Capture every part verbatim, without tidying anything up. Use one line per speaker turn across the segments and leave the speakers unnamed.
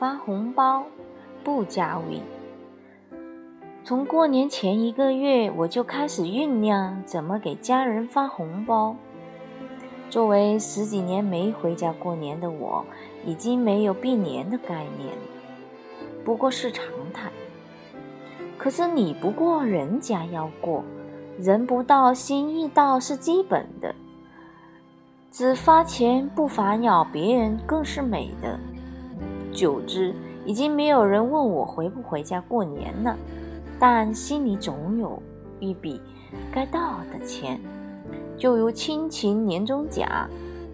发红包，不加味。从过年前一个月，我就开始酝酿怎么给家人发红包。作为十几年没回家过年的我，已经没有避年的概念，不过是常态。可是你不过人家要过，人不到心意到是基本的，只发钱不烦扰别人更是美的。久之，已经没有人问我回不回家过年了，但心里总有一笔该到的钱，就如亲情年终奖。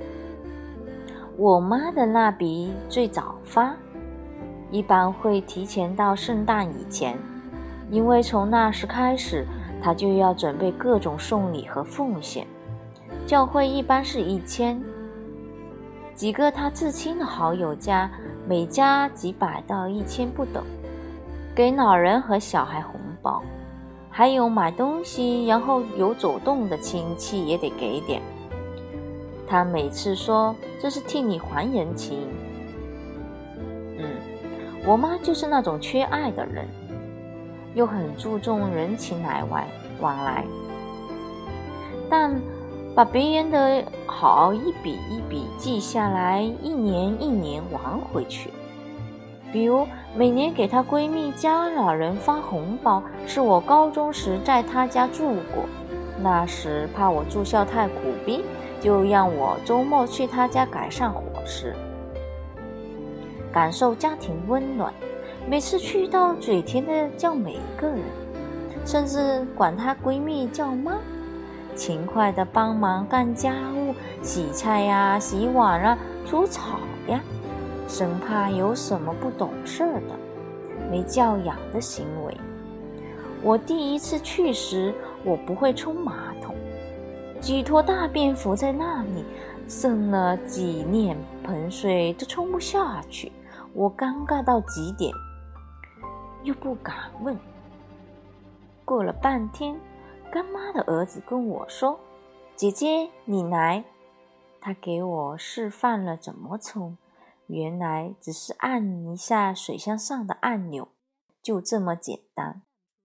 我妈的那笔最早发，一般会提前到圣诞以前，因为从那时开始，她就要准备各种送礼和奉献。教会一般是一千，几个她至亲的好友家，每家几百到一千不等，给老人和小孩红包，还有买东西然后有走动的亲戚也得给点。他每次说这是替你还人情。嗯，我妈就是那种缺爱的人，又很注重人情来往来，但把别人的好一笔一笔记下来，一年一年还回去。比如每年给她闺蜜家老人发红包，是我高中时在她家住过，那时怕我住校太苦逼，就让我周末去她家改善伙食，感受家庭温暖。每次去到嘴甜的叫每个人，甚至管她闺蜜叫妈，勤快的帮忙干家务，洗菜呀、洗碗啊、除草呀，生怕有什么不懂事的、没教养的行为。我第一次去时，我不会冲马桶，几坨大便浮在那里，剩了几脸盆水都冲不下去，我尴尬到极点，又不敢问。过了半天，干妈的儿子跟我说：“姐姐，你来。”他给我示范了怎么冲，原来只是按一下水箱上的按钮，就这么简单。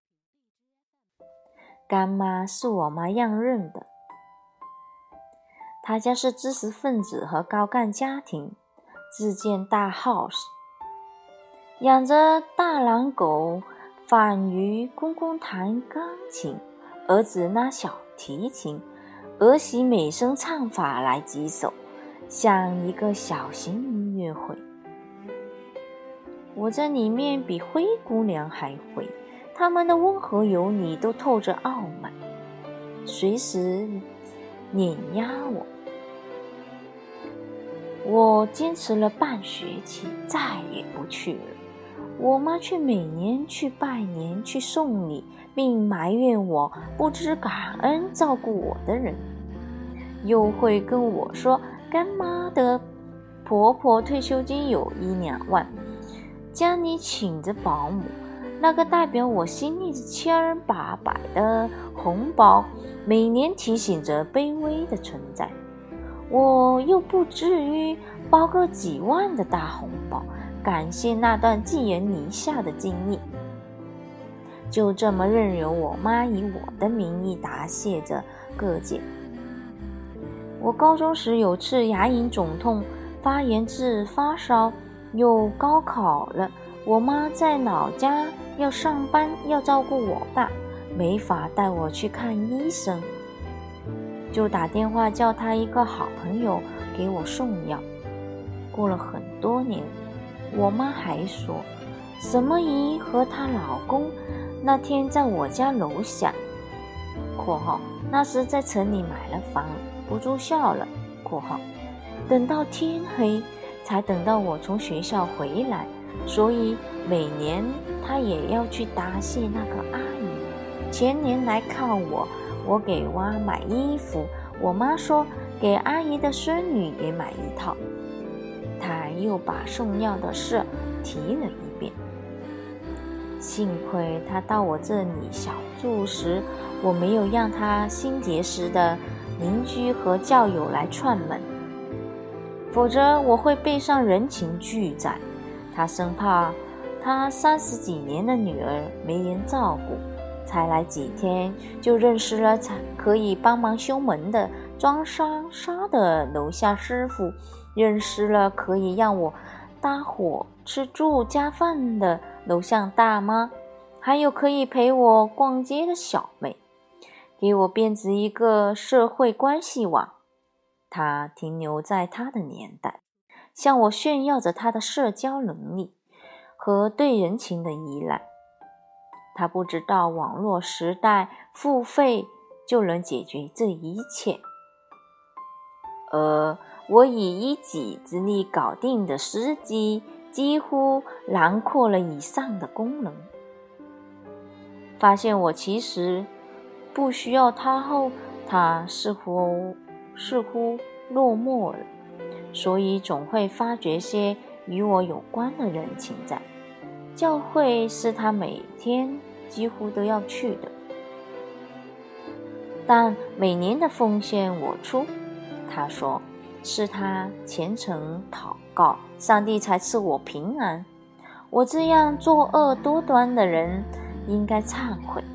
干妈是我妈样认的，她家是知识分子和高干家庭，自建大 house， 养着大狼狗，饭余公公弹钢琴，儿子拉小提琴，儿媳美声唱法来几首，像一个小型音乐会。我在里面比灰姑娘还灰，他们的温和有礼都透着傲慢，随时碾压我。我坚持了半学期，再也不去了。我妈却每年去拜年，去送礼，并埋怨我不知感恩照顾我的人，又会跟我说干妈的婆婆退休金有一两万，家里请着保姆，那个代表我心里千八百的红包，每年提醒着卑微的存在。我又不至于包个几万的大红包，感谢那段寄人篱下的经历。就这么任由我妈以我的名义答谢着各界。我高中时有次牙龈肿痛，发炎至发烧，又高考了，我妈在老家要上班，要照顾我爸，没法带我去看医生，就打电话叫她一个好朋友给我送药。过了很多年，我妈还说，什么姨和她老公那天在我家楼下（括号那时在城里买了房，不住校了）（括号等到天黑才等到我从学校回来，所以每年她也要去答谢那个阿姨。前年来看我，我给娃买衣服，我妈说给阿姨的孙女也买一套。她又把送药的事提了一遍。幸亏她到我这里小住时，我没有让她新结识的邻居和教友来串门，否则我会背上人情巨债。 他生怕他三十几年的女儿没人照顾，才来几天就认识了可以帮忙修门的装沙沙的楼下师傅，认识了可以让我搭伙吃住加饭的楼上大妈，还有可以陪我逛街的小妹，给我编织一个社会关系网。他停留在他的年代，向我炫耀着他的社交能力和对人情的依赖。他不知道网络时代付费就能解决这一切，而我以一己之力搞定的时机几乎囊括了以上的功能。发现我其实不需要他后，他似乎似乎落寞了，所以总会发掘些与我有关的人情债。教会是他每天几乎都要去的，但每年的奉献我出。他说是他虔诚祷告，上帝才赐我平安。我这样作恶多端的人应该忏悔。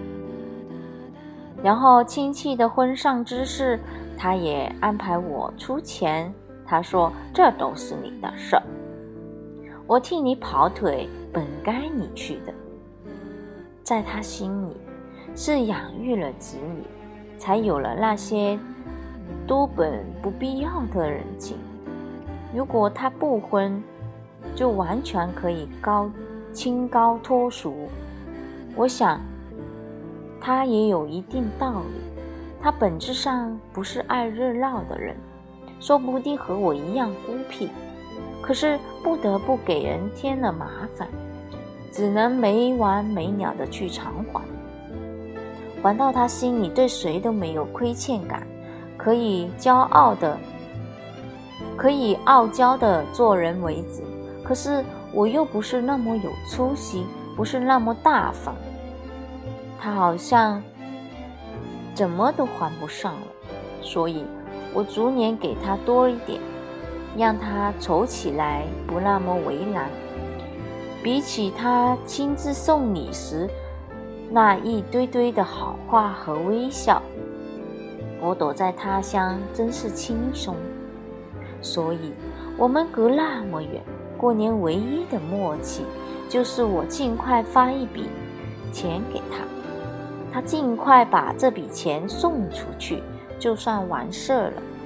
然后亲戚的婚丧之事，他也安排我出钱。他说这都是你的事，我替你跑腿，本该你去的。在他心里，是养育了子女，才有了那些多本不必要的人情。如果他不婚，就完全可以高清高脱俗。我想他也有一定道理，他本质上不是爱热闹的人，说不定和我一样孤僻，可是不得不给人添了麻烦，只能没完没了的去偿还，还到他心里对谁都没有亏欠感，可以骄傲的可以傲娇的做人为止。可是我又不是那么有出息，不是那么大方，他好像怎么都还不上了，所以我逐年给他多一点，让他筹起来不那么为难。比起他亲自送礼时那一堆堆的好话和微笑，我躲在他乡真是轻松。所以我们隔那么远，过年唯一的默契就是我尽快发一笔钱给他，他尽快把这笔钱送出去，就算完事了。